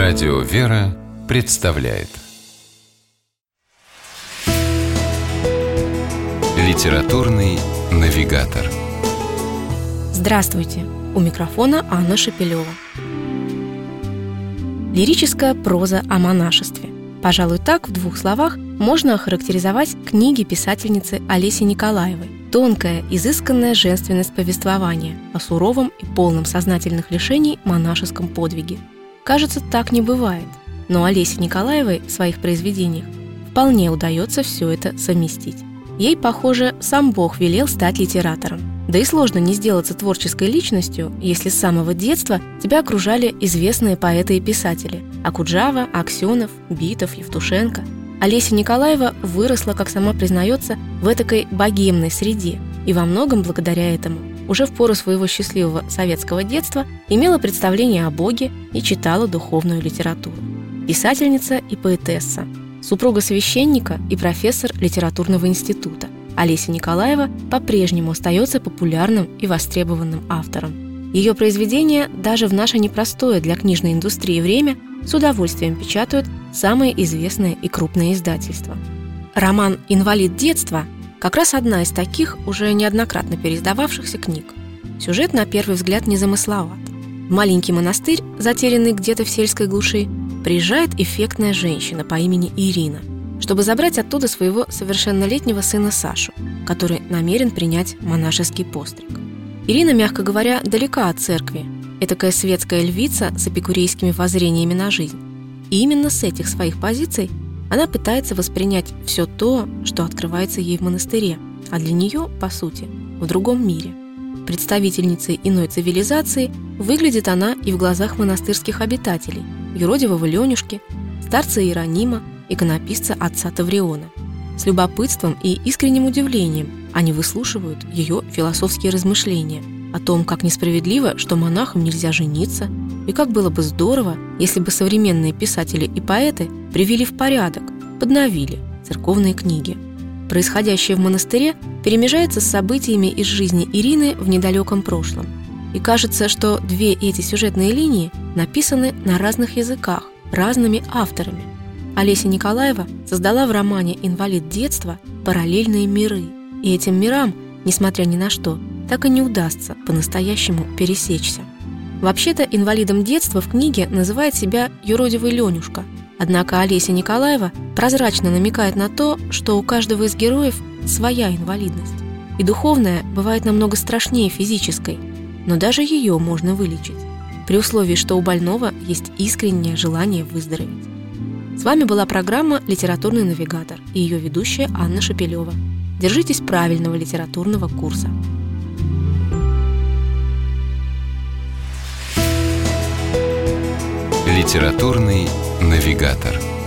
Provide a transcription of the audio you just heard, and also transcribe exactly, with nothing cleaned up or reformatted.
Радио «Вера» представляет Литературный навигатор. Здравствуйте! У микрофона Анна Шепелева. Лирическая проза о монашестве. Пожалуй, так в двух словах можно охарактеризовать книги писательницы Олеси Николаевой. Тонкая, изысканная женственность повествования о суровом и полном сознательных лишений монашеском подвиге. Кажется, так не бывает, но Олесе Николаевой в своих произведениях вполне удается все это совместить. Ей, похоже, сам Бог велел стать литератором. Да и сложно не сделаться творческой личностью, если с самого детства тебя окружали известные поэты и писатели – Окуджава, Аксенов, Битов, Евтушенко. Олеся Николаева выросла, как сама признается, в этакой богемной среде, и во многом благодаря этому уже в пору своего счастливого советского детства имела представление о Боге и читала духовную литературу. Писательница и поэтесса, супруга священника и профессор литературного института, Олеся Николаева по-прежнему остается популярным и востребованным автором. Ее произведения даже в наше непростое для книжной индустрии время с удовольствием печатают самые известные и крупные издательства. Роман «Инвалид детства» как раз одна из таких уже неоднократно переиздававшихся книг. Сюжет на первый взгляд незамысловат. В маленький монастырь, затерянный где-то в сельской глуши, приезжает эффектная женщина по имени Ирина, чтобы забрать оттуда своего совершеннолетнего сына Сашу, который намерен принять монашеский постриг. Ирина, мягко говоря, далека от церкви, этакая светская львица с эпикурейскими воззрениями на жизнь. И именно с этих своих позиций она пытается воспринять все то, что открывается ей в монастыре, а для нее, по сути, в другом мире. Представительницей иной цивилизации выглядит она и в глазах монастырских обитателей, юродивого Ленюшки, старца Иеронима, иконописца отца Тавриона. С любопытством и искренним удивлением они выслушивают ее философские размышления о том, как несправедливо, что монахам нельзя жениться, и как было бы здорово, если бы современные писатели и поэты привели в порядок, подновили церковные книги. Происходящее в монастыре перемежается с событиями из жизни Ирины в недалеком прошлом. И кажется, что две эти сюжетные линии написаны на разных языках, разными авторами. Олеся Николаева создала в романе «Инвалид детства» параллельные миры, и этим мирам, несмотря ни на что, так и не удастся по-настоящему пересечься. Вообще-то инвалидом детства в книге называет себя юродивый Ленюшка, однако Олеся Николаева прозрачно намекает на то, что у каждого из героев своя инвалидность, и духовная бывает намного страшнее физической, но даже ее можно вылечить, при условии, что у больного есть искреннее желание выздороветь. С вами была программа «Литературный навигатор» и ее ведущая Анна Шепелева. Держитесь правильного литературного курса. Литературный навигатор.